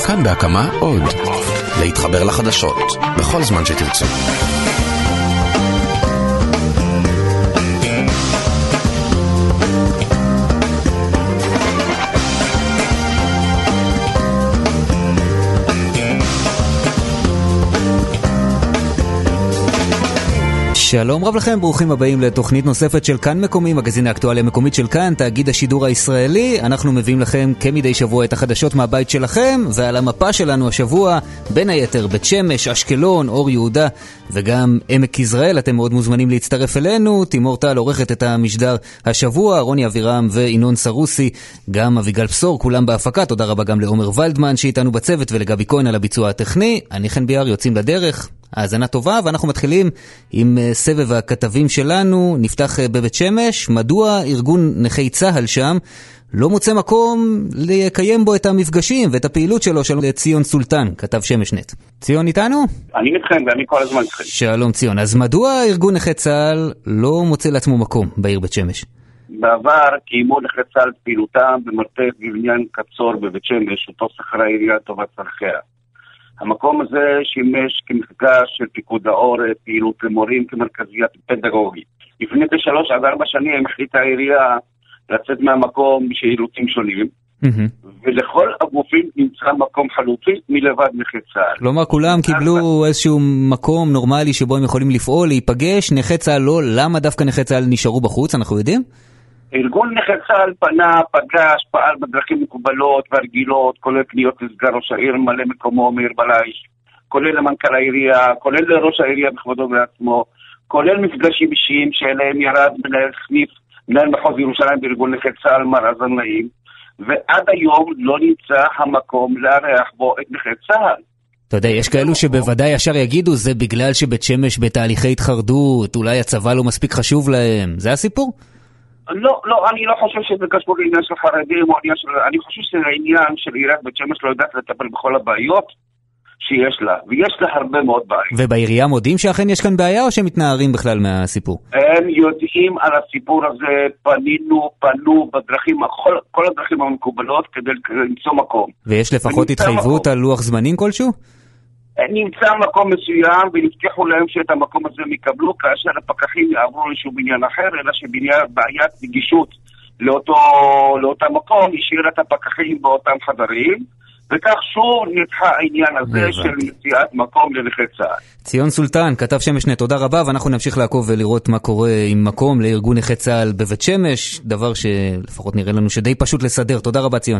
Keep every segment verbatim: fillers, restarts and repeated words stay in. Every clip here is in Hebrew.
כאן בהקמה עוד. להתחבר לחדשות, בכל זמן שתרצו. שלום רב לכם, ברוכים הבאים לתוכנית נוספת של כאן מקומי, מגזין האקטואליה המקומית של כאן, תאגיד השידור הישראלי. אנחנו מביאים לכם כמדי שבוע את החדשות מהבית שלכם, ועל המפה שלנו השבוע, בין היתר בית שמש, אשקלון, אור יהודה וגם עמק יזרעאל. אתם מאוד מוזמנים להצטרף אלינו. תימור טל עורכת את המשדר השבוע, רוני אבירם וינון סרוסי, גם אביגל פסור, כולם בהפקה. תודה רבה גם לעומר ולדמן שאיתנו בצוות ולגבי כהן על הביצוע הטכני. אני חן ביאר, יוצאים לדרך. האזנה טובה, ואנחנו מתחילים עם סבב הכתבים שלנו. נפתח בבית שמש. מדוע ארגון נכי צהל שם לא מוצא מקום לקיים בו את המפגשים ואת הפעילות שלו? שלום לציון סולטן, כתב שמש נט. ציון איתנו? אני איתכם ואני כל הזמן איתכם. שלום ציון. אז מדוע ארגון נכי צהל לא מוצא לעצמו מקום בעיר בית שמש? בעבר קיימו נכי צהל פעילותם במרתף בבניין קצור בבית שמש, אותו שכרה העירייה לטובת צרכיה. המקום הזה שימש כמפגש של פיקוד העורף, פעילות למורים כמרכזיית פדגוגית. לפני כשלוש עד ארבע שנים החליטה העירייה לצאת מהמקום בשאילוצים שונים, mm-hmm. ולכל הגופים נמצא מקום חלופי מלבד נכי צהל. כלומר, כולם קיבלו איזשהו מקום נורמלי שבו הם יכולים לפעול, להיפגש, נכי צהל לא. למה דווקא נכי צהל נשארו בחוץ, אנחנו יודעים? ארגון נכי צהל פנה, פגש, פעל בדרכים מקובלות והרגילות, כולל פניות לסגן ראש העיר, מלא מקומו מאיר בלייש, כולל למנכ"ל העירייה, כולל לראש העירייה בכבודו בעצמו, כולל מפגשים אישיים שאליהם ירד מנהל סניף, מנהל מחוז ירושלים בארגון נכי צהל מר אזן נעים, ועד היום לא נמצא המקום לארח בו את נכי צהל. אתה יודע, יש כאלו שבוודאי ישר יגידו, זה בגלל שבית שמש בתהליכי התחרדות, אולי הצבא לא מספיק חשוב להם. זה הסיפור? לא, לא, אני לא חושב שזה קשור לעניין של חרדים, או עניין של... אני חושב שזה העניין של עיריית בית שמש לא יודעת לטפל בכל הבעיות שיש לה, ויש לה הרבה מאוד בעיות. ובעירייה מודים שאכן יש כאן בעיה, או שהם מתנערים בכלל מהסיפור? הם יודעים על הסיפור הזה, פנינו, פנו בדרכים, כל, כל הדרכים המקובלות כדי למצוא מקום. ויש לפחות התחייבות מקום. על לוח זמנים כלשהו? נמצא מקום מסוים ונפתחו להם שאת המקום הזה מקבלו כאשר הפקחים יעברו לאיזשהו בניין אחר, אלא שבעיית נגישות לאותו, לאותה מקום השאיר את הפקחים באותם חדרים, וכך שוב נדחה העניין הזה של מציאת מקום לנכי צהל. ציון סולטן, כתב שמש נט, תודה רבה, ואנחנו נמשיך לעקוב ולראות מה קורה עם מקום לארגון נכי צהל בבית שמש, דבר שלפחות נראה לנו שדי פשוט לסדר. תודה רבה ציון.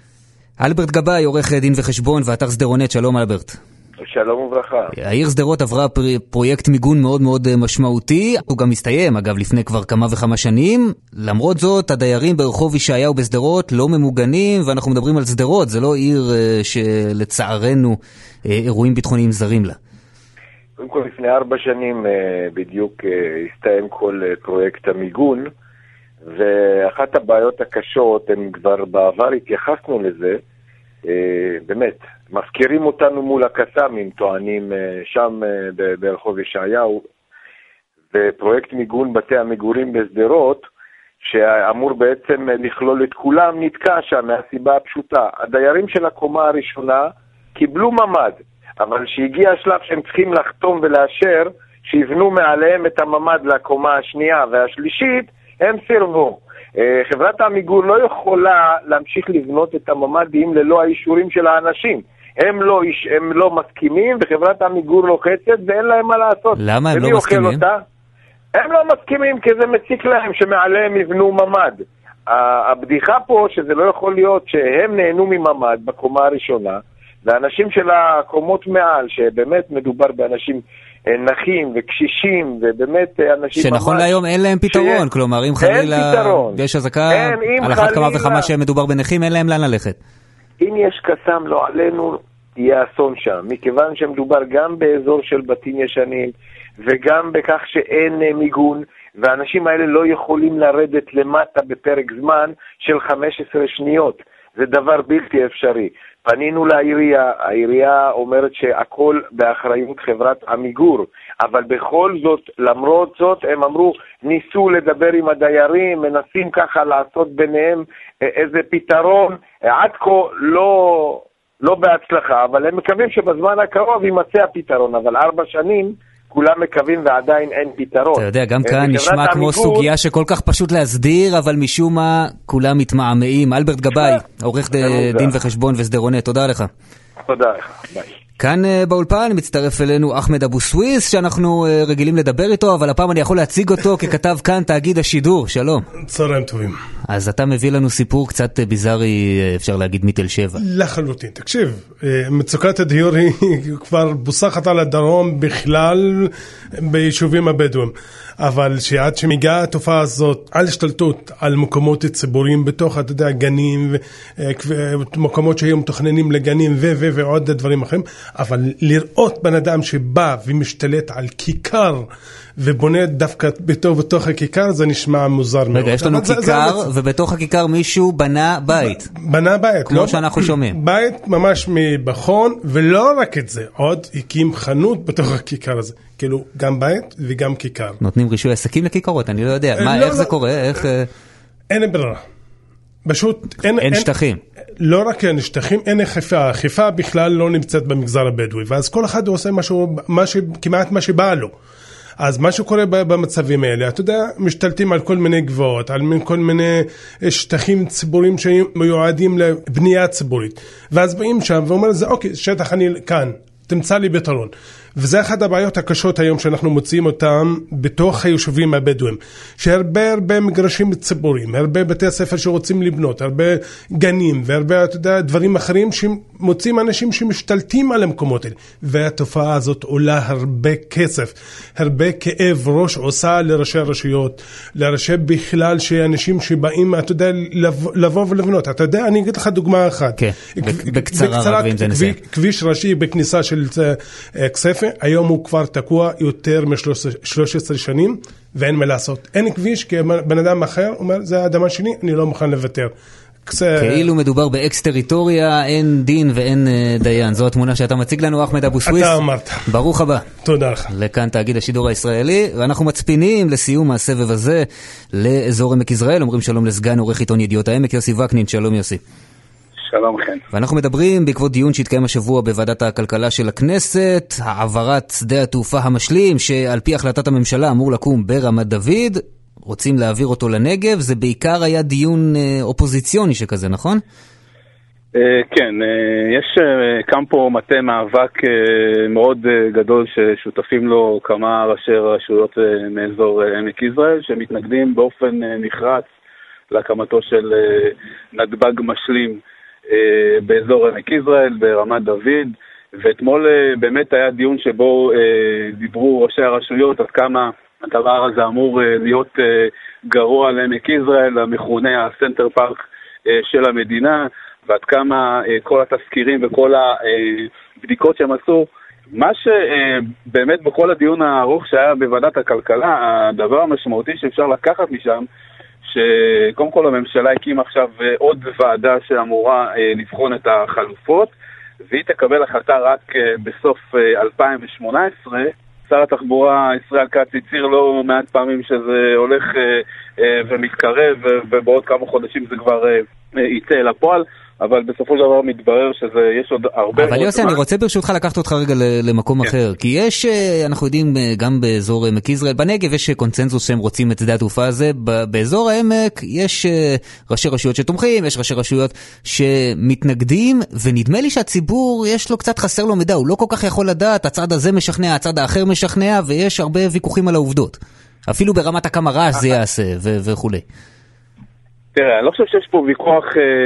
אלברט גבאי, עורך דין וחשבון ואתר סדרונט, שלום אלברט. שלום וברכה. העיר שדרות עברה פרויקט מיגון מאוד מאוד משמעותי, הוא גם מסתיים אגב לפני כבר כמה וכמה שנים. למרות זאת הדיירים ברחוב ישעיהו בשדרות לא ממוגנים, ואנחנו מדברים על שדרות, זה לא עיר שלצערנו אירועים ביטחוניים זרים לה. קודם כל לפני ארבע שנים בדיוק הסתיים כל פרויקט המיגון, ואחת הבעיות הקשות, הם כבר בעבר התייחסנו לזה, באמת מזכירים אותנו מול הקסאמים, טוענים שם ברחוב ישעיהו, ופרויקט מיגון בתי המגורים בשדרות שאמור בעצם לכלול את כולם נתקע שם מהסיבה הפשוטה. הדיירים של הקומה הראשונה קיבלו ממד, אבל שהגיע השלב שהם צריכים לחתום ולאשר שיבנו מעליהם את הממד לקומה השנייה והשלישית, הם סירבו. חברת המיגון לא יכולה להמשיך לבנות את הממדים ללא האישורים של האנשים. הם לא, הם לא מסכימים, וחברת המיגון לוחצת ואין להם מה לעשות. למה הם לא מסכימים? אותה? הם לא מסכימים כי זה מציק להם שמעליהם יבנו ממד. הבדיחה פה שזה לא יכול להיות שהם נהנו מממד בקומה הראשונה, ואנשים של הקומות מעל, שבאמת מדובר באנשים נחים וקשישים, ובאמת אנשים שנכון ממש... להיום אין להם פתרון, ש... כלומר אם חלילה יש הזקה, על אחת כמה וכמה שהם מדובר בנחים, אין להם לאן ללכת. אם יש קסם לא עלינו, יהיה אסון שם, מכיוון שמדובר גם באזור של בתים ישנים, וגם בכך שאין מיגון, והאנשים האלה לא יכולים לרדת למטה בפרק זמן של חמש עשרה שניות. זה דבר בלתי אפשרי. פנינו לעירייה, העירייה אומרת שהכל באחריות חברת עמיגור, אבל בכל זאת, למרות זאת, הם אמרו, ניסו לדבר עם הדיירים, מנסים ככה לעשות ביניהם איזה פתרון, עד כה לא, לא בהצלחה, אבל הם מקווים שבזמן הקרוב יימצא הפתרון, אבל ארבע שנים כולם מקווים ועדיין אין פתרון. אתה יודע, גם כאן נשמע כמו סוגיה שכל כך פשוט להסדיר, אבל משום מה כולם מתמהמהים. אלברט גבאי, עורך דין וחשבון וסדרוני, תודה לך. תודה לך, ביי. כאן באולפן מצטרף אלינו אחמד אבו סוויס, שאנחנו רגילים לדבר איתו, אבל הפעם אני יכול להציג אותו ככתב כאן תאגיד השידור. שלום. צהריים טובים. אז אתה מביא לנו סיפור קצת ביזארי, אפשר להגיד, מתל שבע. לחלוטין. תקשיב, מצוקת הדיור היא כבר בוסחת על הדרום בכלל ביישובים הבדואים. אבל שעד שמגיעה התופעה הזאת על השתלטות על מקומות ציבוריים בתוך, אתה יודע, גנים ומקומות שהיו מתוכננים לגנים ו- ו- ועוד דברים אחרים, אבל לראות בן אדם שבא ומשתלט על כיכר ובונה דווקא בתוך, בתוך הכיכר, זה נשמע מוזר מאוד. רגע, יש לנו כיכר, ובתוך הכיכר מישהו בנה בית. בנה בית. כמו שאנחנו שומעים. בית ממש מבחון, ולא רק את זה, עוד הקים חנות בתוך הכיכר הזה. כאילו, גם בית וגם כיכר. נותנים רישוי עסקים לכיכרות, אני לא יודע. מה, איך זה קורה? איך... אין ברירה. פשוט אין... אין שטחים. לא רק אין שטחים, אין אכיפה. האכיפה בכלל לא נמצאת במגזר הבדואי, ואז כל אחד עושה משהו, כמעט מה שבא לו. אז מה שקורה במצבים האלה, אתה יודע, משתלטים על כל מיני גבעות, על כל מיני שטחים ציבוריים שמיועדים לבנייה ציבורית. ואז באים שם ואומרים, זה אוקיי, שטח אני כאן, תמצא לי פתרון. וזה אחת הבעיות הקשות היום שאנחנו מוצאים אותם בתוך היישובים הבדואים, שהרבה הרבה מגרשים ציבוריים, הרבה בתי הספר שרוצים לבנות, הרבה גנים והרבה, אתה יודע, דברים אחרים שמוצאים אנשים שמשתלטים על המקומות האלה, והתופעה הזאת עולה הרבה כסף, הרבה כאב ראש עושה לראשי הרשויות, לראשי בכלל שאנשים שבאים, אתה יודע, לבוא ולבנות. אתה יודע, אני אגיד לך דוגמה אחת. כן, בקצרה, כביש ראשי בכניסה של כספה, היום הוא כבר תקוע יותר מ-שלוש עשרה שנים, ואין מה לעשות. אין כביש, כי בן אדם אחר אומר, זה האדמה שלי, אני לא מוכן לוותר. כאילו מדובר באקס-טריטוריה, אין דין ואין דיין. זו התמונה שאתה מציג לנו, אחמד אבו סוויס. אתה אמרת. ברוך הבא. תודה לך. לכאן תאגיד השידור הישראלי, ואנחנו מצפינים לסיום הסבב הזה לאזור עמק יזרעאל. אומרים שלום לסגן עורך עיתון ידיעות העמק, יוסי וקנין. שלום יוסי. שלום לכם. ואנחנו מדברים בעקבות דיון שהתקיים השבוע בוועדת הכלכלה של הכנסת, העברת שדה התעופה המשלים, שעל פי החלטת הממשלה אמור לקום ברמת דוד, רוצים להעביר אותו לנגב, זה בעיקר היה דיון אופוזיציוני שכזה, נכון? כן, יש קם פה מטה מאבק מאוד גדול ששותפים לו כמה ראשי רשויות מאזור עמק יזרעאל, שמתנגדים באופן נחרץ להקמתו של נתב"ג משלים באזור עמק יזרעאל, ברמת דוד, ואתמול באמת היה דיון שבו דיברו ראשי הרשויות עד כמה הדבר הזה אמור להיות גרוע לעמק יזרעאל, המכונה הסנטר פארק של המדינה, ועד כמה כל התזכירים וכל הבדיקות שהם עשו, מה שבאמת בכל הדיון הארוך שהיה בוועדת הכלכלה, הדבר המשמעותי שאפשר לקחת משם, שקודם כל הממשלה הקים עכשיו עוד ועדה שאמורה לבחון את החלופות, והיא תקבל החלטה רק בסוף אלפיים שמונה עשרה. שר התחבורה ישראל כץ הצהיר לא מעט פעמים שזה הולך ומתקרב, ובעוד כמה חודשים זה כבר יצא אל הפועל, אבל בסופו של דבר מתברר שיש עוד הרבה... אבל יוסי, אני רוצה ברשותך לקחת אותך רגע למקום אחר, כי יש, אנחנו יודעים, גם באזור עמק יזרעאל, בנגב יש קונצנזוס שהם רוצים את שדה התעופה הזה, באזור העמק יש ראשי רשויות שתומכים, יש ראשי רשויות שמתנגדים, ונדמה לי שהציבור יש לו קצת חסר לו מידע, הוא לא כל כך יכול לדעת, הצד הזה משכנע, הצד האחר משכנע, ויש הרבה ויכוחים על העובדות. אפילו ברמת הכמה רעש זה יעשה וכו'. תראה, אני לא חושב שיש פה ויכוח,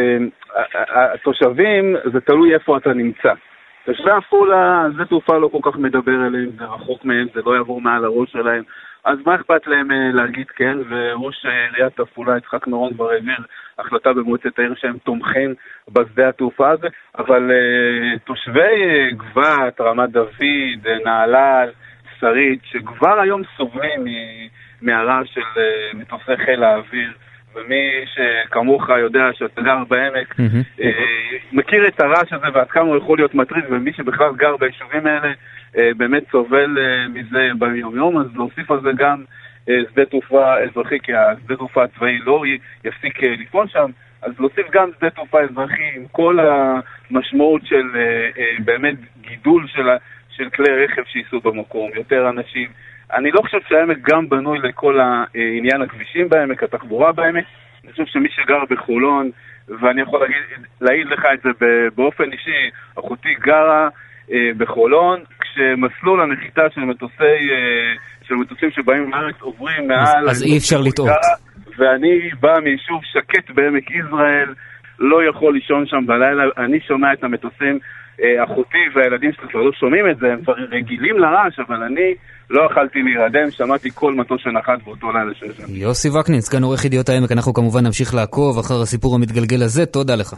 התושבים, זה תלוי איפה אתה נמצא. תושבי עפולה, זה תעופה לא כל כך מדבר אליהם, זה רחוק מהם, זה לא יעבור מעל הראש שלהם, אז מה אכפת להם להגיד כן, וראש עיריית עפולה, יצחק מירון, כבר העביר החלטה במועצת העיר שהם תומכים בשדה התעופה הזה, אבל תושבי גבת, רמת דוד, נהלל, שרית, שכבר היום סובלים מהרעש של מטוסי חיל האוויר, ומי שכמוך יודע שאתה גר בעמק, mm-hmm. מכיר את הרעש הזה ועד כמה הוא יכול להיות מטריד, ומי שבכלל גר ביישובים האלה באמת סובל מזה ביום יום, אז להוסיף על זה גם שדה תעופה אזרחי, כי השדה תעופה הצבאי לא יפסיק לפעול שם, אז להוסיף גם שדה תעופה אזרחי עם כל המשמעות של באמת גידול של, של כלי רכב שייסעו במקום, יותר אנשים. אני לא חושב שהעמק גם בנוי לכל העניין הכבישים בעמק, התחבורה בעמק. אני חושב שמי שגר בחולון, ואני יכול להגיד, להעיד לך את זה באופן אישי, אחותי גרה בחולון, כשמסלול הנחיתה של מטוסי, של מטוסים שבאים מארץ עוברים מעל... אז אי אפשר לטעות. ואני בא מיישוב שקט בעמק יזרעאל, לא יכול לישון שם בלילה, אני שומע את המטוסים, אחותי והילדים שלי כבר לא שומעים את זה, הם כבר רגילים לרעש, אבל אני לא אכלתי להירדם, שמעתי כל מטוס שנחת באותו לילה שיש שם. יוסי וקנין, סגן עורך ידיעות העמק, אנחנו כמובן נמשיך לעקוב אחר הסיפור המתגלגל הזה, תודה לך.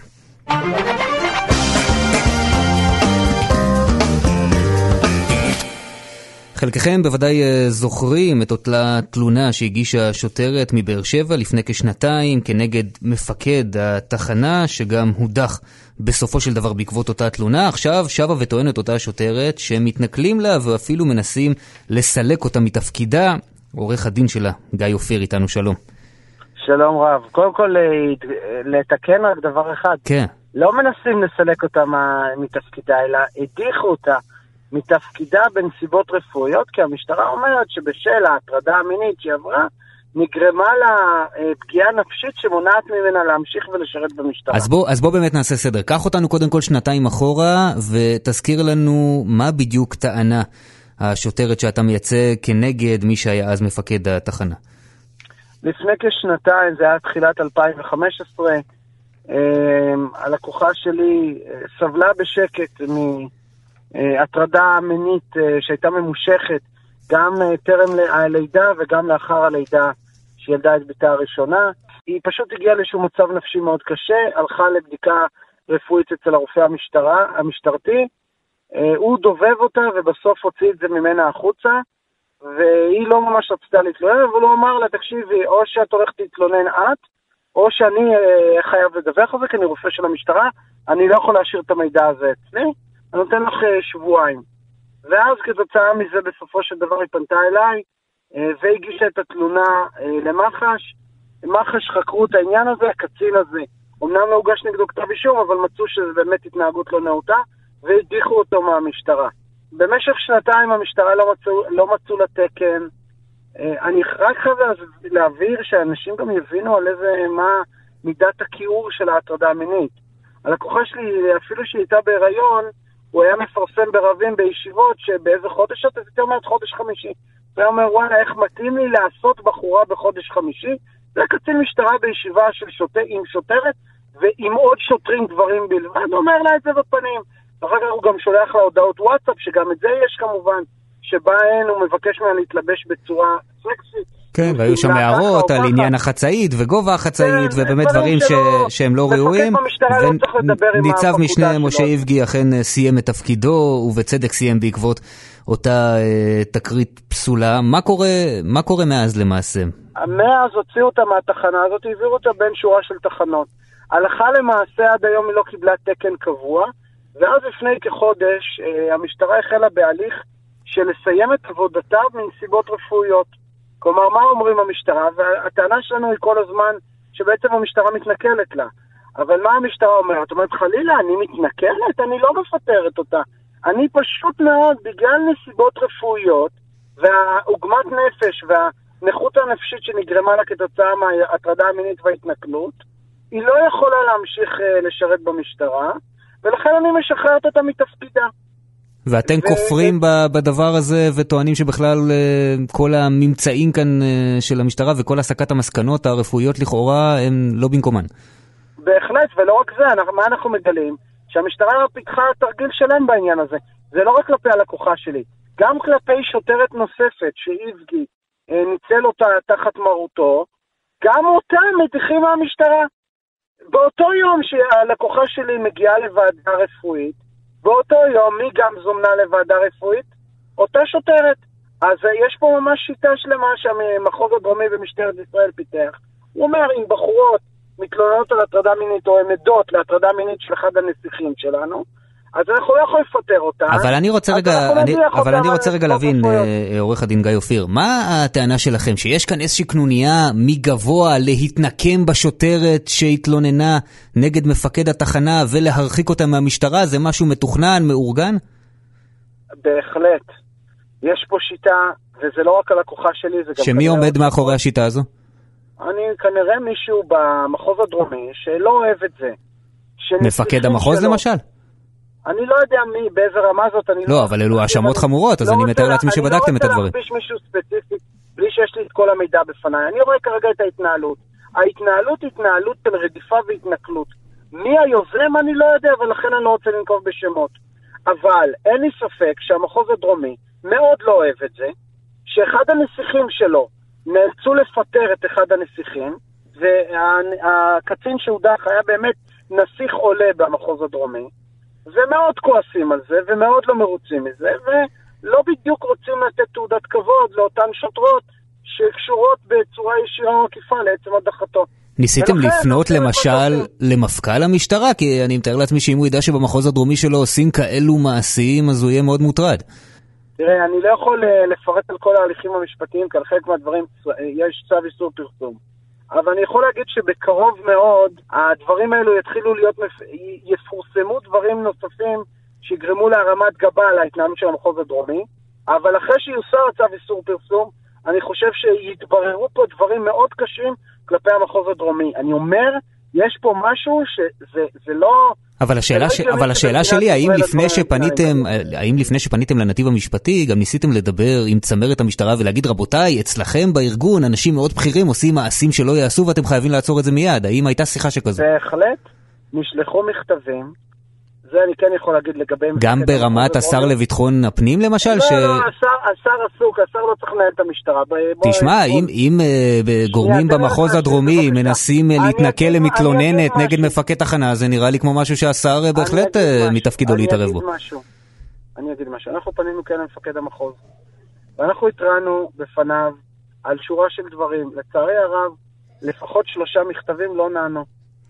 חלקכם בוודאי זוכרים את אותה תלונה שהגישה שוטרת מבאר שבע לפני כשנתיים כנגד מפקד התחנה שגם הודח בסופו של דבר בעקבות אותה תלונה. עכשיו שבה וטוענת אותה שוטרת שמתנכלים לה ואפילו מנסים לסלק אותה מתפקידה. עורך הדין שלה, גיא אופיר, איתנו, שלום. שלום רב. קודם כל לתקן רק דבר אחד. כן. לא מנסים לסלק אותה מתפקידה, אלא הדיחו אותה מתפקידה בנסיבות רפואיות, כי המשטרה אומרת שבשל ההטרדה המינית שהיא עברה, נגרמה לה פגיעה נפשית שמונעת ממנה להמשיך ולשרת במשטרה. אז בוא, אז בוא באמת נעשה סדר. קח אותנו קודם כל שנתיים אחורה, ותזכיר לנו מה בדיוק טענה השוטרת שאתה מייצג כנגד מי שהיה אז מפקד התחנה. לפני כשנתיים, זה היה תחילת אלפיים וחמש עשרה, הלקוחה שלי סבלה בשקט מ... הטרדה מינית שהייתה ממושכת גם טרם הלידה וגם לאחר הלידה שילדה את ביתה הראשונה. היא פשוט הגיעה לאיזשהו מצב נפשי מאוד קשה, הלכה לבדיקה רפואית אצל הרופא המשטרה, המשטרתי, הוא דובב אותה ובסוף הוציא את זה ממנה החוצה, והיא לא ממש רצתה להתלונן, אבל הוא אמר לה, תקשיבי, או שאת הולכת להתלונן את, או שאני חייב לדווח על זה, כי אני רופא של המשטרה, אני לא יכול להשאיר את המידע הזה אצלי, אני נותן לך שבועיים. ואז כתוצאה מזה בסופו של דבר היא פנתה אליי, והגישה את התלונה למח"ש. מח"ש חקרו את העניין הזה, הקצין הזה. אמנם לא הוגש נגדו כתב אישום, אבל מצאו שזה באמת התנהגות לא נאותה, והדיחו אותו מהמשטרה. במשך שנתיים המשטרה לא מצאו, לא מצאו לתקן. אני רק חייב להבהיר שאנשים גם יבינו על איזה, מה מידת הכיעור של ההטרדה המינית. הלקוחה שלי, אפילו שהיא הייתה בהיריון, הוא היה מפרסם ברבים בישיבות שבאיזה חודש את יותר מעט חודש חמישי. הוא אומר, וואלה, איך מתאים לי לעשות בחורה בחודש חמישי? זה קצין משטרה בישיבה של שוטר, עם שוטרת ועם עוד שוטרים גברים בלבד. הוא אומר לה את זה בפנים. ואחר כך הוא גם שולח לה הודעות וואטסאפ, שגם את זה יש כמובן, שבהן הוא מבקש ממנה להתלבש בצורה סקסית. כן, והיו שם הערות על עניין החצאית וגובה החצאית, ובאמת דברים שהם לא ראויים. וניצב משנה משה איבגי אכן סיים את תפקידו, ובצדק סיים בעקבות אותה תקרית פסולה. מה קורה מאז למעשה? מאז הוציאו אותה מהתחנה הזאת, העבירו אותה בין שורה של תחנות. הלכה למעשה עד היום היא לא קיבלה תקן קבוע, ואז לפני כחודש המשטרה החלה בהליך של לסיים את עבודתה מנסיבות רפואיות. כלומר, מה אומרים המשטרה? והטענה שלנו היא כל הזמן שבעצם המשטרה מתנכלת לה. אבל מה המשטרה אומרת? אומרת, חלילה, אני מתנכלת? אני לא מפטרת אותה. אני פשוט מאוד, בגלל נסיבות רפואיות, והעוגמת נפש והנכות הנפשית שנגרמה לה כתוצאה מההטרדה המינית וההתנכלות, היא לא יכולה להמשיך לשרת במשטרה, ולכן אני משחררת אותה מתפקידה. ואתם כופרים בדבר הזה וטוענים שבכלל כל הממצאים כאן של המשטרה וכל הסקת המסקנות הרפואיות לכאורה הם לא במקומן. בהחלט, ולא רק זה, מה אנחנו מגלים? שהמשטרה פיתחה תרגיל שלם בעניין הזה. זה לא רק כלפי הלקוחה שלי, גם כלפי שוטרת נוספת שאיבגי ניצל אותה תחת מרותו, גם אותה מדיחים מהמשטרה. באותו יום שהלקוחה שלי מגיעה לוועדה רפואית, באותו יום מי גם זומנה לוועדה רפואית? אותה שוטרת. אז יש פה ממש שיטה שלמה שהמחוז הדרומי במשטרת ישראל פיתח. הוא אומר, אם בחורות מתלוננות על הטרדה מינית או הן עדות להטרדה מינית של אחד הנסיכים שלנו, אז אנחנו לא יכולים לפטר אותה. אבל אני רוצה רגע, אני, אבל אני רוצה רגע להבין, עורך הדין גיא אופיר, מה הטענה שלכם? שיש כאן איזושהי קנוניה מגבוה להתנקם בשוטרת שהתלוננה נגד מפקד התחנה ולהרחיק אותה מהמשטרה? זה משהו מתוכנן, מאורגן? בהחלט. יש פה שיטה, וזה לא רק על הכוחה שלי, זה גם... שמי עומד מאחורי השיטה הזו? אני כנראה מישהו במחוז הדרומי שלא אוהב את זה. מפקד המחוז שלו, למשל? אני לא יודע מי, באיזה רמה זאת, אני לא... לא, אבל אלו האשמות חמורות, אז אני מתאר לעצמי שבדקתם את הדברים. אני לא רוצה להכפיש מישהו ספציפי, בלי שיש לי את כל המידע בפניי. אני רואה כרגע את ההתנהלות. ההתנהלות היא התנהלות של רדיפה והתנכלות. מי היוזם אני לא יודע, ולכן אני לא רוצה לנקוב בשמות. אבל אין לי ספק שהמחוז הדרומי מאוד לא אוהב את זה, שאחד הנסיכים שלו נאלצו לפטר את אחד הנסיכים, והקצין שהודח היה באמת נסיך עולה במחוז הדרומי, ומאוד כועסים על זה, ומאוד לא מרוצים מזה, ולא בדיוק רוצים לתת תעודת כבוד לאותן שוטרות שקשורות בצורה ישירה או עקיפה לעצם הדחתו. ניסיתם לפנות למשל למפכ"ל המשטרה? כי אני מתאר לעצמי שאם הוא ידע שבמחוז הדרומי שלו עושים כאלו מעשיים, אז הוא יהיה מאוד מוטרד. תראה, אני לא יכול לפרט על כל ההליכים המשפטיים, כי על חלק מהדברים יש צו איסור פרסום. אבל אני יכול להגיד שבקרוב מאוד הדברים האלו יתחילו להיות, יפורסמו דברים נוספים שיגרמו להרמת גבה על ההתנהלות של המחוז הדרומי, אבל אחרי שיוסר צו איסור פרסום, אני חושב שיתבררו פה דברים מאוד קשים כלפי המחוז הדרומי. אני אומר, יש פה משהו שזה זה לא... אבל השאלה, ש... אבל השאלה שלי, האם לפני שפניתם, האם לפני שפניתם לנתיב המשפטי, גם ניסיתם לדבר עם צמרת המשטרה ולהגיד, רבותיי, אצלכם בארגון, אנשים מאוד בכירים עושים מעשים שלא יעשו ואתם חייבים לעצור את זה מיד. האם הייתה שיחה שכזו? בהחלט, נשלחו מכתבים, זה אני כן יכול להגיד לגבי... גם ברמת השר לביטחון הפנים למשל? לא, לא, השר עסוק, השר לא צריך לנהל את המשטרה. תשמע, אם גורמים במחוז הדרומי מנסים להתנכל למתלוננת נגד מפקד תחנה, זה נראה לי כמו משהו שהשר בהחלט מתפקידו להתערב בו. אני אגיד משהו. אנחנו פנינו כן למפקד המחוז, ואנחנו התרענו בפניו על שורה של דברים. לצערי הרב, לפחות שלושה מכתבים לא נענו.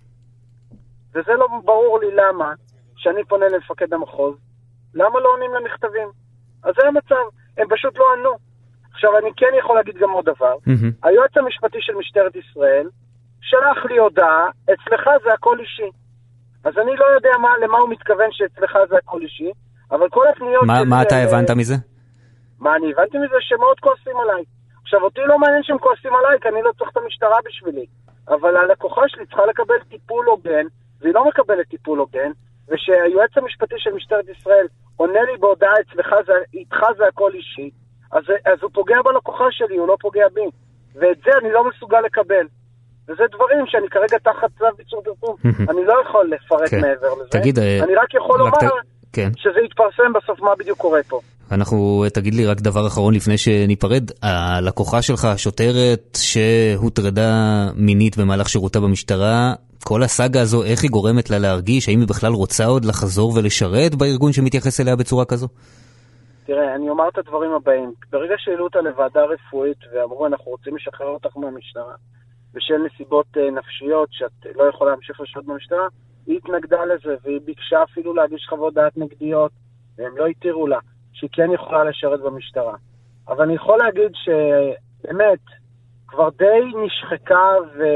וזה לא ברור לי למה. שאני פונה למפקד המחוז, למה לא עונים למכתבים? אז זה המצב, הם פשוט לא ענו. עכשיו, אני כן יכול להגיד גם עוד דבר. Mm-hmm. היועץ המשפטי של משטרת ישראל שלח לי הודעה, אצלך זה הכל אישי. אז אני לא יודע מה, למה הוא מתכוון שאצלך זה הכל אישי, אבל כל הפניות... מה, מה אתה הבנת מזה? מה אני הבנתי מזה? שמאוד כועסים עליי. עכשיו, אותי לא מעניין שהם כועסים עליי, כי אני לא צריך את המשטרה בשבילי. אבל הלקוחה שלי צריכה לקבל טיפול הוגן, והיא לא מקבלת טיפול הוגן, ושהיועץ המשפטי של משטרת ישראל עונה לי בהודעה אצלך, זה, איתך זה הכל אישי, אז, אז הוא פוגע בלקוחה שלי, הוא לא פוגע בי. ואת זה אני לא מסוגל לקבל. וזה דברים שאני כרגע תחת צו איסור פרסום. אני לא יכול לפרט כן. מעבר לזה. תגיד, אני רק יכול רק לומר ת... כן. שזה יתפרסם בסוף מה בדיוק קורה פה. אנחנו, תגיד לי רק דבר אחרון לפני שניפרד, הלקוחה שלך, השוטרת שהוטרדה מינית במהלך שירותה במשטרה, כל הסאגה הזו, איך היא גורמת לה להרגיש? האם היא בכלל רוצה עוד לחזור ולשרת בארגון שמתייחס אליה בצורה כזו? תראה, אני אומר את הדברים הבאים. ברגע שהעלו אותה לוועדה רפואית ואמרו, אנחנו רוצים לשחרר אותך מהמשטרה, בשל נסיבות נפשיות שאת לא יכולה להמשיך לשרת במשטרה, היא התנגדה לזה, והיא ביקשה אפילו להגיש חוות דעת נגדיות, והם לא התירו לה, שהיא כן יכולה לשרת במשטרה. אבל אני יכול להגיד שבאמת, כבר די נשחקה,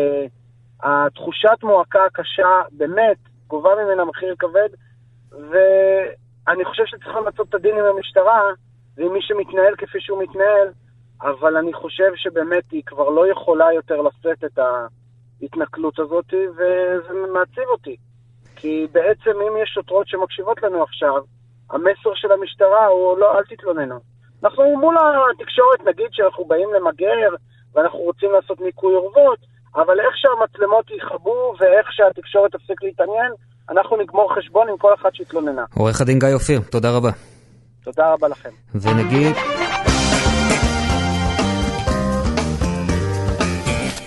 והתחושת מועקה הקשה, באמת, גובה ממנה מחיר כבד, ואני חושב שצריכים למצוא את הדין עם המשטרה, ועם מי שמתנהל כפי שהוא מתנהל, אבל אני חושב שבאמת היא כבר לא יכולה יותר לשאת את ההתנכלות הזאת, וזה מעציב אותי. כי בעצם אם יש שוטרות שמקשיבות לנו עכשיו, המסר של המשטרה הוא לא, אל תתלוננו. אנחנו מול התקשורת נגיד שאנחנו באים למגר, ואנחנו רוצים לעשות ניקוי אורוות, אבל איך שהמצלמות ייחבו, ואיך שהתקשורת תפסיק להתעניין, אנחנו נגמור חשבון עם כל אחד שהתלוננה. עורך הדין גיא אופיר, תודה רבה. תודה רבה לכם. ונגיד...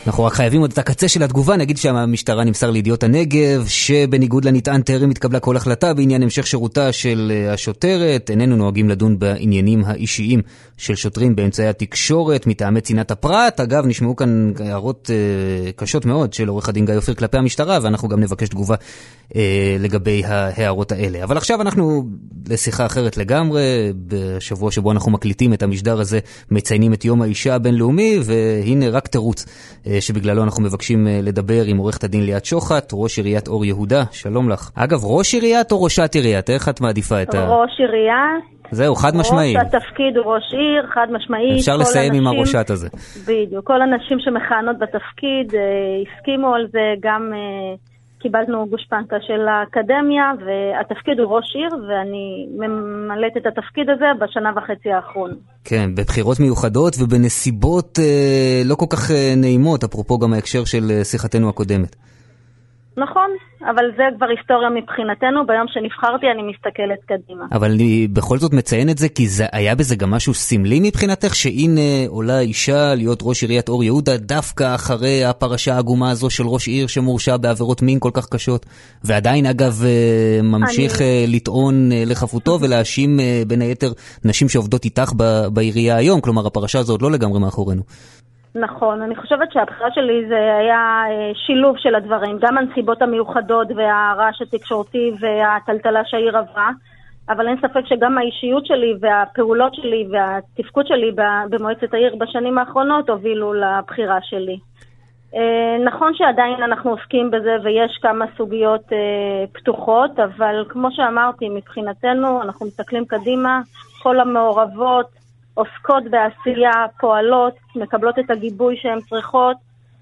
אנחנו רק חייבים עוד את הקצה של התגובה, נגיד שהמשטרה נמסר לידיעות הנגב, שבניגוד לנטען טרם התקבלה כל החלטה בעניין המשך שירותה של השוטרת, איננו נוהגים לדון בעניינים האישיים של שוטרים באמצעי התקשורת, מטעמי צנעת הפרט. אגב, נשמעו כאן הערות אה, קשות מאוד של עורך הדין גיא אופיר כלפי המשטרה, ואנחנו גם נבקש תגובה אה, לגבי ההערות האלה. אבל עכשיו אנחנו לשיחה אחרת לגמרי, בשבוע שבו אנחנו מקליטים את המשדר הזה, מציינים את יום האישה הבינלאומי, והנה רק תירוץ שבגללו אנחנו מבקשים לדבר עם עורכת הדין ליאת שוחט, ראש עיריית אור יהודה. שלום לך. אגב, ראש עיריית או ראשת עיריית? איך את מעדיפה את ה... ראש עיריית. זהו, חד משמעי. ראש התפקיד הוא ראש עיר, חד משמעי. אפשר לסיים עם הראשת הזה. בדיוק. כל הנשים שמכהנות בתפקיד הסכימו על זה, גם קיבלנו גושפנקה של האקדמיה, והתפקיד הוא ראש עיר, ואני ממלאת את התפקיד הזה בשנה וחצי האחרון. כן, בבחירות מיוחדות ובנסיבות אה, לא כל כך אה, נעימות, אפרופו גם ההקשר של אה, שיחתנו הקודמת. נכון, אבל זה כבר היסטוריה מבחינתנו, ביום שנבחרתי אני מסתכלת קדימה. אבל אני בכל זאת מציין את זה, כי זה היה בזה גם משהו סמלי מבחינתך, שהנה עולה אישה להיות ראש עיריית אור יהודה, דווקא אחרי הפרשה העגומה הזו של ראש עיר שמורשע בעבירות מין כל כך קשות, ועדיין אגב ממשיך אני... לטעון לחפותו ולהאשים בין היתר נשים שעובדות איתך בעירייה היום, כלומר הפרשה הזו עוד לא לגמרי מאחורינו. נכון, אני חושבת שהבחירה שלי זה היה שילוב של הדברים, גם הנסיבות המיוחדות והרעש התקשורתי והטלטלה שהעיר עברה, אבל אין ספק שגם האישיות שלי והפעולות שלי והתפקוד שלי במועצת העיר בשנים האחרונות הובילו לבחירה שלי. נכון שעדיין אנחנו עוסקים בזה ויש כמה סוגיות פתוחות, אבל כמו שאמרתי, מבחינתנו אנחנו מסתכלים קדימה, כל המעורבות עוסקות בעשייה, פועלות, מקבלות את הגיבוי שהן צריכות,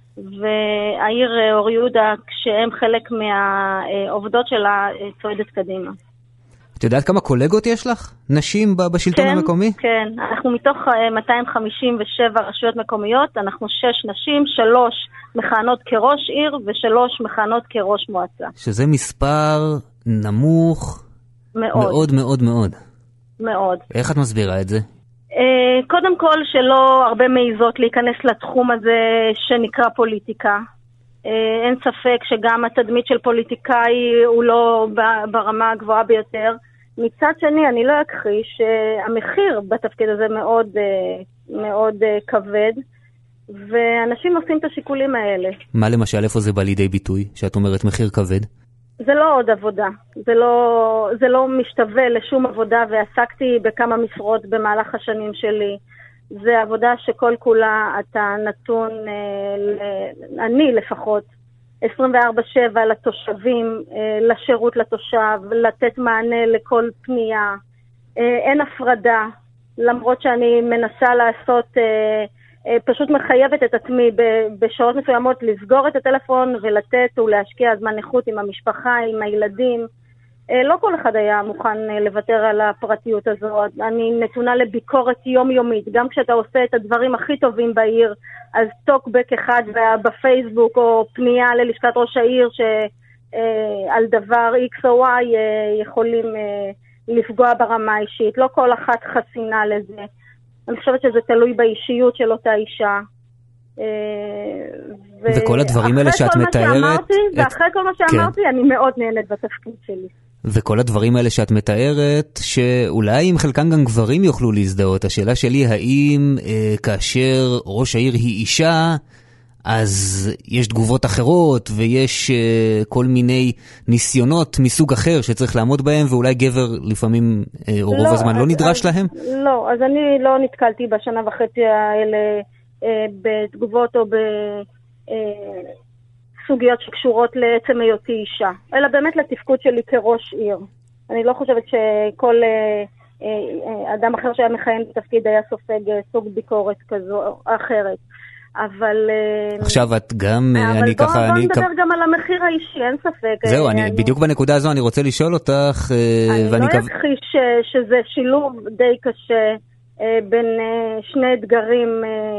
והעיר אור יהודה, כשהם חלק מהעובדות שלה, צועדת קדימה. את יודעת כמה קולגות יש לך? נשים בשלטון כן, המקומי? כן, אנחנו מתוך מאתיים חמישים ושבע רשויות מקומיות, אנחנו שש נשים, שלוש מכהנות כראש עיר ושלוש מכהנות כראש מועצה. שזה מספר נמוך מאוד. מאוד מאוד מאוד. מאוד. איך את מסבירה את זה? קודם כל שלא הרבה מעיזות להיכנס לתחום הזה שנקרא פוליטיקה. אין ספק שגם התדמית של פוליטיקאי הוא לא ברמה הגבוהה ביותר. מצד שני, אני לא אכחיש שהמחיר בתפקיד הזה מאוד, מאוד כבד, ואנשים עושים את השיקולים האלה. מה למשל, איפה זה בא לידי ביטוי, שאת אומרת מחיר כבד? זה לא עוד עבודה, זה לא, זה לא משתווה לשום עבודה, ועסקתי בכמה משרות במהלך השנים שלי. זה עבודה שכל כולה אתה נתון, אני לפחות, עשרים וארבע שבע לתושבים, לשירות לתושב, לתת מענה לכל פנייה. אין הפרדה, למרות שאני מנסה לעשות, פשוט מחייבת את עצמי בשעות מסוימות לסגור את הטלפון ולתת ולהשקיע זמן איכות עם המשפחה, עם הילדים. לא כל אחד היה מוכן לוותר על הפרטיות הזו. אני נתונה לביקורת יומיומית. גם כשאתה עושה את הדברים הכי טובים בעיר, אז טוקבק אחד בפייסבוק או פנייה ללשכת ראש העיר שעל דבר X או Y יכולים לפגוע ברמה האישית. לא כל אחת חסינה לזה. אני חושבת שזה תלוי באישיות של אותה אישה. וכל הדברים האלה שאת מתארת... ואחרי כל מה שאמרתי, אני מאוד נהנית בתפקיד שלי. וכל הדברים האלה שאת מתארת, שאולי עם חלקן גם גברים יוכלו להזדהות. השאלה שלי, האם כאשר ראש העיר היא אישה, אז יש תגובות אחרות, ויש uh, כל מיני ניסיונות מסוג אחר שצריך לעמוד בהם, ואולי גבר לפעמים, uh, או לא, רוב הזמן, אז, לא נדרש אז, להם? לא, אז אני לא נתקלתי בשנה וחצי האלה uh, בתגובות או בסוגיות uh, שקשורות לעצם היותי אישה, אלא באמת לתפקוד שלי כראש עיר. אני לא חושבת שכל uh, uh, אדם אחר שהיה מכהן בתפקיד היה סופג uh, סוג ביקורת כזו או אחרת. אבל עכשיו את גם אבל אני בוא, ככה בוא אני נדבר גם על המחיר האישי, אין ספק. זהו, אני, אני בדיוק בנקודה הזו אני רוצה לשאול אותך, אני ואני לא קו... אכחיש ש, שזה שילוב די קשה בין שני אתגרים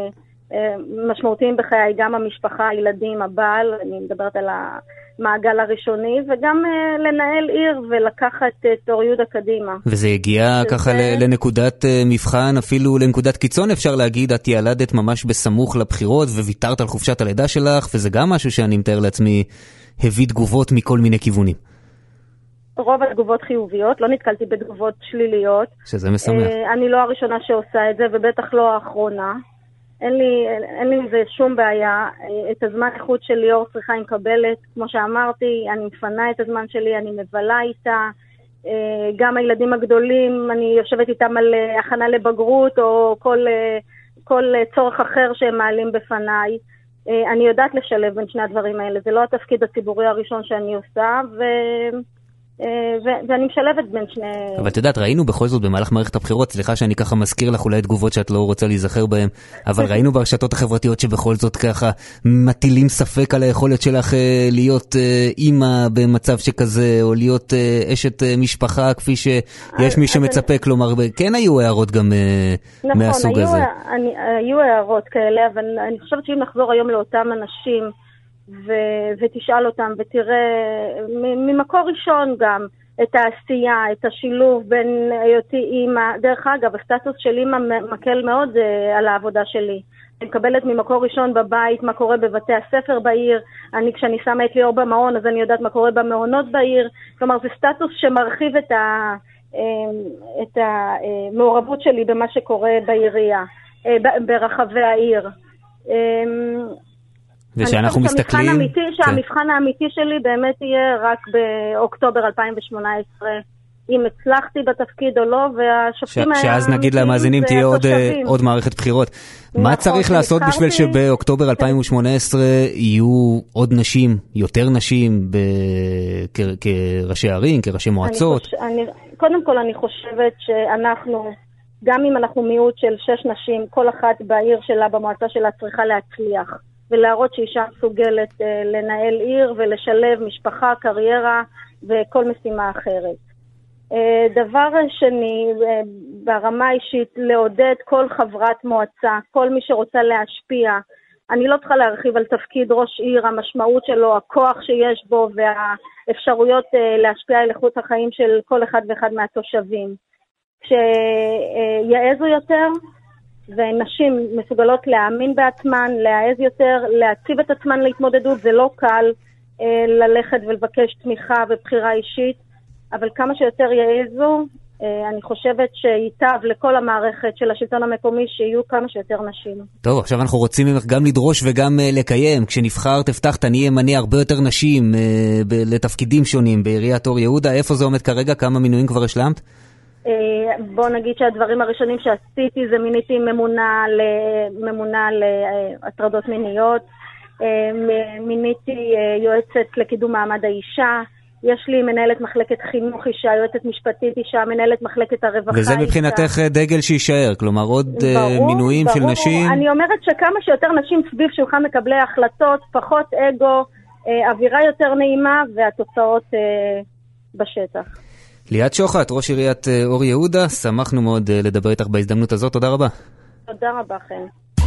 משמעותיים בחיי, גם המשפחה, הילדים, הבעל, אני מדברת על המעגל הראשוני, וגם לנהל עיר ולקחת את אור יהודה קדימה. וזה הגיע ככה לנקודת מבחן, אפילו לנקודת קיצון אפשר להגיד, את ילדת ממש בסמוך לבחירות וויתרת על חופשת הלידה שלך, וזה גם משהו שאני מתאר לעצמי הביא תגובות מכל מיני כיוונים. רוב התגובות חיוביות, לא נתקלתי בתגובות שליליות. שזה משמח. אני לא הראשונה שעושה את זה, ובטח לא האחרונה. אין לי, אין לי זה שום בעיה. את הזמן איכות של ליאור צריכה עם קבלת, כמו שאמרתי, אני מפנה את הזמן שלי, אני מבלה איתה. גם הילדים הגדולים, אני יושבת איתם על הכנה לבגרות, או כל, כל צורך אחר שהם מעלים בפניי. אני יודעת לשלב בין שני הדברים האלה. זה לא התפקיד הציבורי הראשון שאני עושה, ו... ואני משלבת בין שני... אבל את יודעת, ראינו בכל זאת במהלך מערכת הבחירות, סליחה שאני ככה מזכיר לך אולי תגובות שאת לא רוצה להיזכר בהן, אבל ראינו ברשתות החברתיות שבכל זאת ככה מטילים ספק על היכולת שלך להיות אימא במצב שכזה, או להיות אשת משפחה, כפי שיש מי שמצפה, כלומר, כן היו הערות גם מהסוג הזה. נכון, היו הערות כאלה, אבל אני חושבת שאם נחזור היום לאותם אנשים, ו- ותשאל אותם ותראה ממקור ראשון גם את העשייה, את השילוב בין היותי אימא. דרך אגב, הסטטוס של אימא מקל מאוד uh, על העבודה שלי. אני מקבלת ממקור ראשון בבית מה קורה בבתי הספר בעיר. אני כשאני שמה את ליאור במעון אז אני יודעת מה קורה במעונות בעיר. כלומר זה סטטוס שמרחיב את, ה- את המעורבות שלי במה שקורה בעירייה, ברחבי העיר. ושאנחנו מסתכלים... אמיתי, שהמבחן האמיתי שלי באמת יהיה רק באוקטובר אלפיים שמונה עשרה, אם הצלחתי בתפקיד או לא, והשופטים... שאז נגיד למאזינים תהיה עוד מערכת בחירות. מה צריך לעשות בשביל שבאוקטובר אלפיים שמונה עשרה יהיו עוד נשים, יותר נשים, כראשי ערים, כראשי מועצות? קודם כל אני חושבת שאנחנו, גם אם אנחנו מיעוט של שש נשים, כל אחת בעיר שלה, במועצה שלה, צריכה להצליח. ולהראות שאישה מסוגלת uh, לנהל עיר ולשלב משפחה, קריירה וכל משימה אחרת. Uh, דבר שני, uh, ברמה אישית, לעודד כל חברת מועצה, כל מי שרוצה להשפיע. אני לא צריכה להרחיב על תפקיד ראש עיר, המשמעות שלו, הכוח שיש בו והאפשרויות uh, להשפיע על איכות החיים של כל אחד ואחד מהתושבים. כשיעזו uh, יותר, ונשים מסוגלות להאמין בעצמן, להעז יותר, להציב את עצמן להתמודדות, זה לא קל אה, ללכת ולבקש תמיכה ובחירה אישית, אבל כמה שיותר יעזו, אה, אני חושבת שייטב לכל המערכת של השלטון המקומי שיהיו כמה שיותר נשים. טוב, עכשיו אנחנו רוצים ממך גם לדרוש וגם אה, לקיים. כשנבחרת הבטחת, אני אמנה הרבה יותר נשים אה, ב- לתפקידים שונים בעיריית אור יהודה. איפה זה עומד כרגע? כמה מינויים כבר השלמת? בוא נגיד שהדברים הראשונים שעשיתי זה מיניתי ממונה לממונה להטרדות מיניות, מיניתי יועצת לקידום מעמד האישה, יש לי מנהלת מחלקת חינוך אישה, יועצת משפטית אישה, מנהלת מחלקת הרווחה אישה. וזה מבחינתך דגל שישאר, כלומר עוד ברור, מינויים ברור. של נשים? אני אומרת שכמה שיותר נשים סביב שולחן מקבלי ההחלטות, פחות אגו, אווירה יותר נעימה והתוצאות בשטח. ליאת שוחט, ראש עיריית אור יהודה, שמחנו מאוד לדבר איתך בהזדמנות הזאת, תודה רבה. תודה רבה, חן.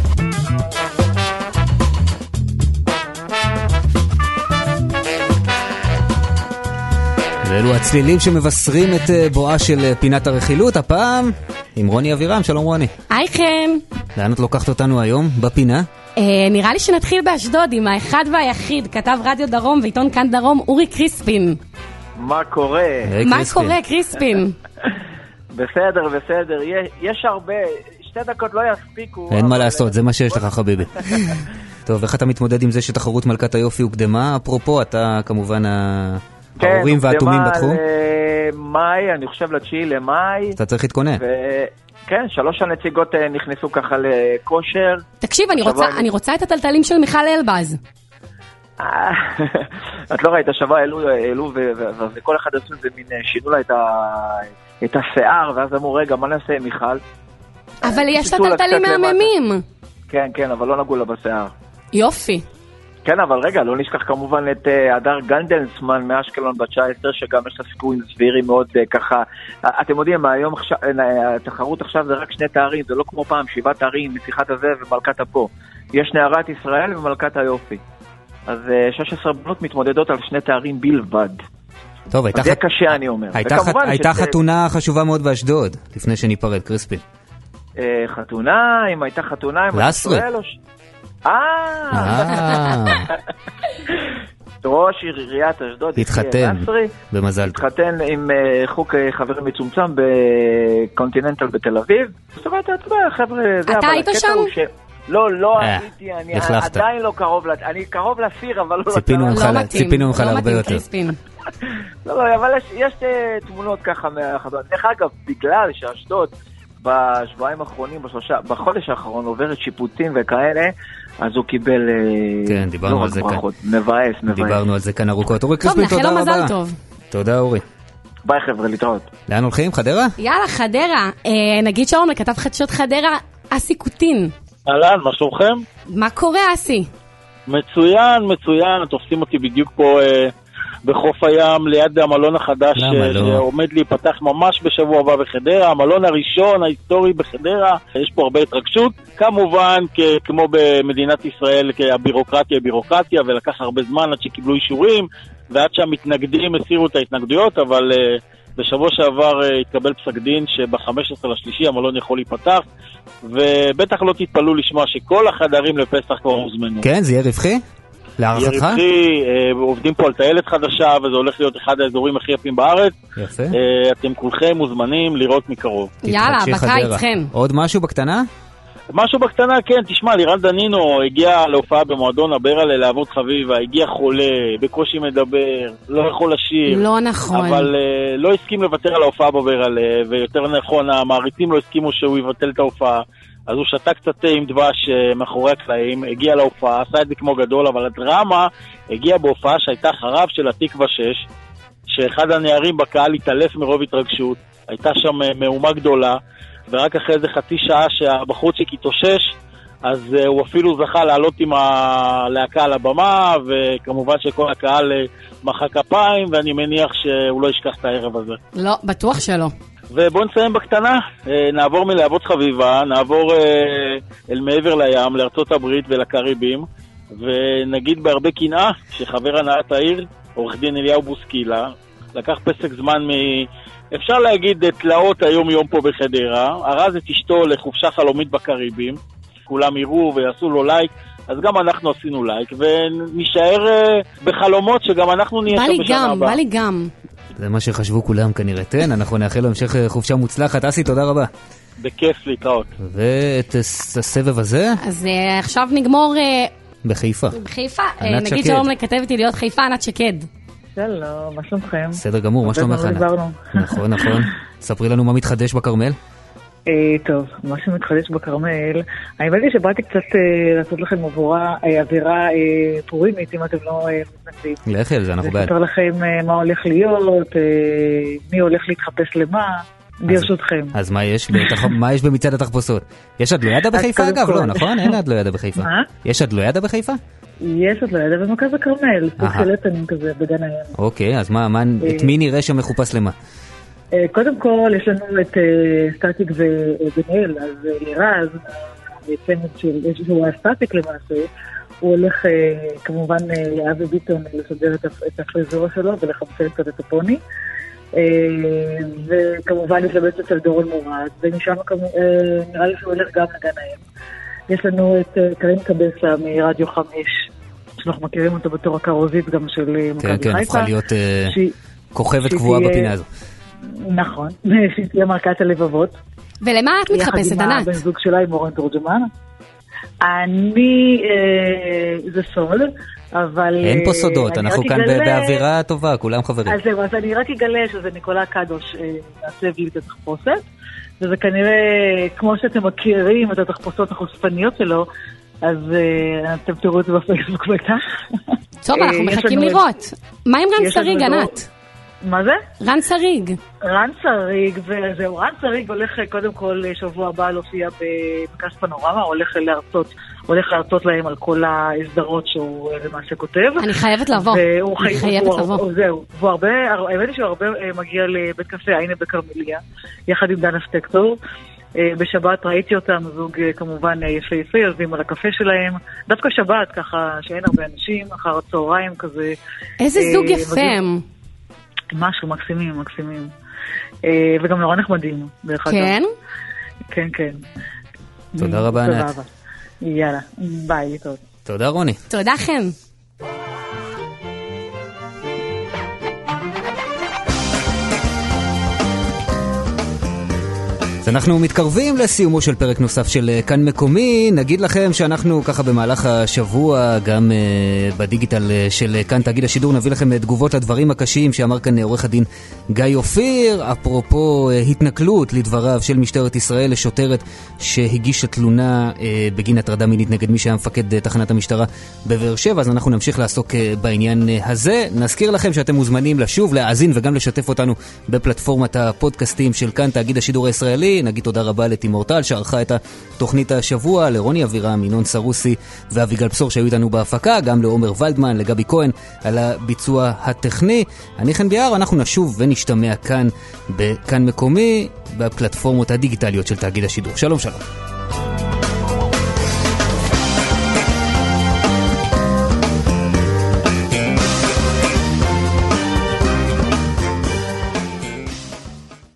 ואלו הצלילים שמבשרים את בואה של פינת הרכילות, הפעם עם רוני אבירם. שלום רוני. היי חן. לאן את לוקחת אותנו היום בפינה? נראה לי שנתחיל באשדוד עם האחד והיחיד, כתב רדיו דרום ועיתון כאן דרום, אורי קריספין. מה קורה? מה קורה, קריספין? בסדר, בסדר. יש הרבה, שתי דקות לא יספיקו. אין מה לעשות, זה מה שיש לך חביבי. טוב, איך אתה מתמודד עם זה שתחרות מלכת היופי הוקדמה? אפרופו, אתה כמובן ההורים והתומים בתחום? כן, מאי, אני חושב לתשיעי למאי. אתה צריך להתכונן. כן, שלוש הנציגות נכנסו ככה לכושר. תקשיב, אני רוצה את הטלטלים של מיכל אלבז. את לא ראית, השבוע העלו וכל אחד עשו זה מין, שינו לה את השיער, ואז אמרו, רגע, מה נעשה עם מיכל? אבל יש לה טלטלים מהממים. כן, כן, אבל לא נגעו לה בשיער. יופי. כן, אבל רגע, לא נשכח כמובן את הדר גנדלסמן מאשקלון בת תשע עשרה, שגם יש לה סיכויים סבירים מאוד ככה. אתם יודעים, היום התחרות עכשיו זה רק שני תארים, זה לא כמו פעם, שבעה תארים, נסיכת הזה ומלכת הפה. יש נערת ישראל ומלכת היופי. אז שש עשרה בנות מתמודדות על שני תארים בלבד. טוב, הייתה, זה ח... קשה, אני אומר. הייתה, ח... הייתה שזה... חתונה חשובה מאוד באשדוד, לפני שניפרד, קריספין. אה, חתונה, אם הייתה חתונה, אם הייתה ישראל או ש... אה! ראש עיריית אשדוד התחתן, במזל. התחתן עם חוק חברים מצומצם בקונטיננטל בתל אביב. זאת אומרת, אתה יודע, חבר'ה... אתה היית שם? לא, לא הייתי, אני עדיין לא קרוב, אני קרוב לסיר, אבל לא... ציפינו ממך להרבה יותר. לא, לא, אבל יש תמונות ככה מהחתונה. דרך אגב, בגלל שאשדוד בשבועיים האחרונים, בחודש האחרון עוברת שיפוטים וכאלה, אז הוא קיבל... כן, דיברנו על זה כאן. מבאס, מבאס. דיברנו על זה כאן ארוכות. אורי קריספין, תודה רבה. טוב, נאחל לו מזל טוב. תודה, אורי. ביי חבר'ה, להתראות. לאן הולכים? חדרה? יאללה, חדרה. נגיד שלום לכתב חדשות חדרה, אסי קוטין. אהלן, מה שלומכם? מה קורה, אסי? מצוין, מצוין. תופסים אותי בדיוק פה אה, בחוף הים, ליד המלון החדש שעומד להיפתח ממש בשבוע הבא בחדרה. המלון הראשון, ההיסטורי בחדרה. יש פה הרבה התרגשות. כמובן, כ- כמו במדינת ישראל, הבירוקרטיה היא בירוקרטיה, ולקח הרבה זמן עד שקיבלו אישורים, ועד שהמתנגדים הסירו את ההתנגדויות, אבל... אה, בשבוע שעבר התקבל פסק דין שב-חמישה עשר לשלישי המלון יכול להיפתח, ובטח לא תתפלו לשמוע שכל החדרים לפסח כבר הוזמנו. כן, זה יהיה רווחי? להערכתך? יהיה רווחי, עובדים פה על טיילת חדשה, וזה הולך להיות אחד האזורים הכי יפים בארץ. יפה. אתם כולכם מוזמנים לראות מקרוב. יאללה, בקיץ כן. עוד משהו בקטנה? משהו בקטנה, כן, תשמע, לירן דנינו הגיע להופעה במועדון הברלה לעבוד חביבה, הגיע חולה, בקושי מדבר, לא יכול לשיר. לא נכון. אבל uh, לא הסכים לוותר על ההופעה בברלה, ויותר נכון, המעריצים לא הסכימו שהוא יבטל את ההופעה, אז הוא שתה קצת עם דבש מאחורי הקלעים, הגיע להופעה, עשה את זה כמו גדול, אבל הדרמה הגיע בהופעה שהייתה חרב של התקווה שש, שאחד הנערים בקהל התעלף מרוב התרגשות, הייתה שם מהומה גדולה, ורק אחרי איזה חצי שעה שהבחורצ'יק התאושש, אז uh, הוא אפילו זכה לעלות עם הלהקה על הבמה, וכמובן שכל הקהל uh, מחא כפיים, ואני מניח שהוא לא ישכח את הערב הזה. לא, בטוח שלא. ובואו נסיים בקטנה, uh, נעבור מלהבות חביבה, נעבור uh, אל מעבר לים, לארצות הברית ולקריבים, ונגיד בהרבה קנאה, שחבר הנהלת העיר, עורך דין אליהו בוסקילה, לקח פסק זמן מ... אפשר להגיד תלאות היום יום פה בחדרה, הרז את אשתו לחופשה חלומית בקריבים, כולם יראו ויעשו לו לייק, אז גם אנחנו עשינו לייק, ונשאר בחלומות שגם אנחנו נהיה שם בשנה הבאה. בא לי גם. זה מה שחשבו כולם כנראה. תן, אנחנו נאחל לו המשך חופשה מוצלחת. אסי, תודה רבה. בכיף להתראות. ואת הסבב הזה? אז עכשיו נגמור... בחיפה. בחיפה. נגיד שלום לכתבת להיות חיפה, ענת שקד. שלום, מה שלומכם? בסדר גמור, מה שלומך? נכון, נכון. ספרי לנו מה מתחדש בכרמל. טוב, מה שמתחדש בכרמל, האמת היא שבאתי קצת לעשות לכם אווירה פורימית, אם אתם לא מתנגדים. לכי על זה, אנחנו בעד. לספר לכם מה הולך להיות, מי הולך להתחפש למה, ברשותכם. אז מה יש במצעד התחפושות? יש עד לא ידע בחיפה אגב? לא, נכון? אין עד לא ידע בחיפה. מה? יש עד לא ידע בחיפה? יש עוד לא ידע במרכז הכרמל, סוציאלטנים כזה בגן הים. אוקיי, אז מה, את מי נראה שם מחופש למה? קודם כל, יש לנו את סטטיק ובניאל, אז לירז, שהוא הסטטיק למעשה, הוא הולך כמובן לאבי ביטון לסדר את הפריזורה שלו ולחמצן קצת את הפוני, וכמובן להתלבש אצל דורון מורד, ומשם נראה לי שהוא הולך גם לגן הים. יש לנו את קרין קבסה מרדיו חמש, שאנחנו מכירים אותו בתור הקרוזית גם של מכבי חיפה. כן, כן, הפכה להיות כוכבת קבועה בפינה הזו. נכון, שהיא תהיה מלכת הלבבות. ולמה את מתחפשת, ענת? יחד עם הבן זוג שלה, עם אורן תורג'מן. אני, זה סוד, אבל... אין פה סודות, אנחנו כאן באווירה טובה, כולם חברים. אז זהו, אז אני רק אגלה שזה ניקולה קדוש מעצב לי את התחפושת, וזה כנראה, כמו שאתם מכירים את התחפושות החושפניות שלו, אז אתם תראו את זה בפייסבוק בטח. טוב, אנחנו מחכים לראות. מה עם רן שריג, ענת? מה זה? רן שריג. רן שריג, וזהו, רן שריג הולך קודם כל שבוע הבא להופיע בקאסט פנורמה, הולך להרצות, הולך להרצות להם על כל ההסדרות שהוא למעשה כותב. אני חייבת לבוא. אני חייבת לבוא. זהו, והוא הרבה, האמת היא שהוא הרבה מגיע לבית קפה, הנה בקרמליה, יחד עם דנה סטקטור, בשבת ראיתי אותם, זוג כמובן יפהפה, יושבים על הקפה שלהם. דווקא שבת, ככה שאין הרבה אנשים, אחר הצהריים כזה. איזה זוג יפה הם. משהו, מקסימים, מקסימים. וגם נורא נחמדים, דרך אגב. כן? כן, כן. תודה רבה, ענת. יאללה, ביי, להתראות. תודה, רוני. תודה, חן. אז אנחנו מתקרבים לסיומו של פרק נוסף של כאן מקומי. נגיד לכם שאנחנו ככה במהלך השבוע, גם uh, בדיגיטל של כאן תאגיד השידור, נביא לכם תגובות לדברים הקשים שאמר כאן עורך הדין גיא אופיר, אפרופו uh, התנכלות לדבריו של משטרת ישראל לשוטרת שהגישה תלונה uh, בגין הטרדה מינית נגד מי שהיה מפקד uh, תחנת המשטרה בבאר שבע. אז אנחנו נמשיך לעסוק uh, בעניין uh, הזה. נזכיר לכם שאתם מוזמנים לשוב, להאזין וגם לשתף אותנו בפלטפורמת הפודקאסטים של כאן תאגיד השידור הישראלי. נגיד תודה רבה לתימור טל שערכה את התוכנית השבוע, לרוני אבירם, ינון סרוסי ואביגל בשור שהיו איתנו בהפקה, גם לעומר ולדמן, לגבי כהן על הביצוע הטכני. אני חן ביאר, אנחנו נשוב ונשתמע כאן בכאן מקומי בפלטפורמות הדיגיטליות של תאגיד השידור. שלום שלום.